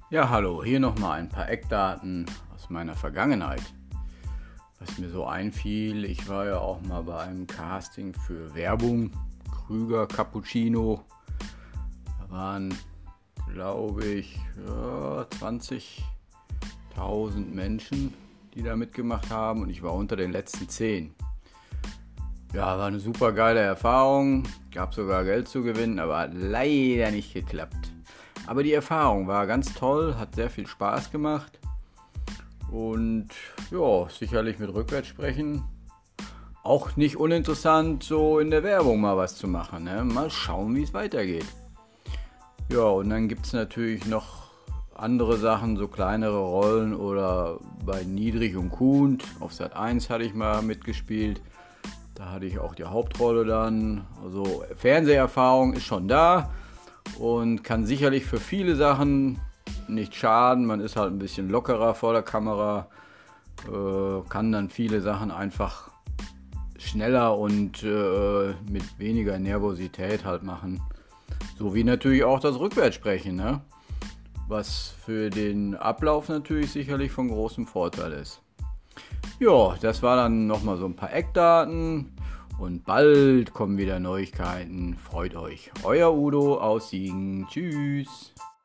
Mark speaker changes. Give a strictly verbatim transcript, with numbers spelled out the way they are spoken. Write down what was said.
Speaker 1: Ja, hallo, hier nochmal ein paar Eckdaten aus meiner Vergangenheit. Was mir so einfiel, ich war ja auch mal bei einem Casting für Werbung, Krüger Cappuccino. Da waren, glaube ich, ja, zwanzigtausend Menschen, die da mitgemacht haben, und ich war unter den letzten zehn. Ja, war eine super geile Erfahrung, gab sogar Geld zu gewinnen, aber hat leider nicht geklappt. Aber die Erfahrung war ganz toll, hat sehr viel Spaß gemacht und ja, sicherlich mit Rückwärtssprechen auch nicht uninteressant, so in der Werbung mal was zu machen. Ne? Mal schauen, wie es weitergeht. Ja, und dann gibt es natürlich noch andere Sachen, so kleinere Rollen oder bei Niedrig und Kuhn. Auf Sat eins hatte ich mal mitgespielt. Da hatte ich auch die Hauptrolle dann. Also Fernseherfahrung ist schon da und kann sicherlich für viele Sachen nicht schaden. Man ist halt ein bisschen lockerer vor der Kamera, äh, kann dann viele Sachen einfach schneller und äh, mit weniger Nervosität halt machen. So wie natürlich auch das Rückwärtssprechen, ne? Was für den Ablauf natürlich sicherlich von großem Vorteil ist. Ja, das war dann nochmal so ein paar Eckdaten und bald kommen wieder Neuigkeiten. Freut euch. Euer Udo aus Siegen. Tschüss.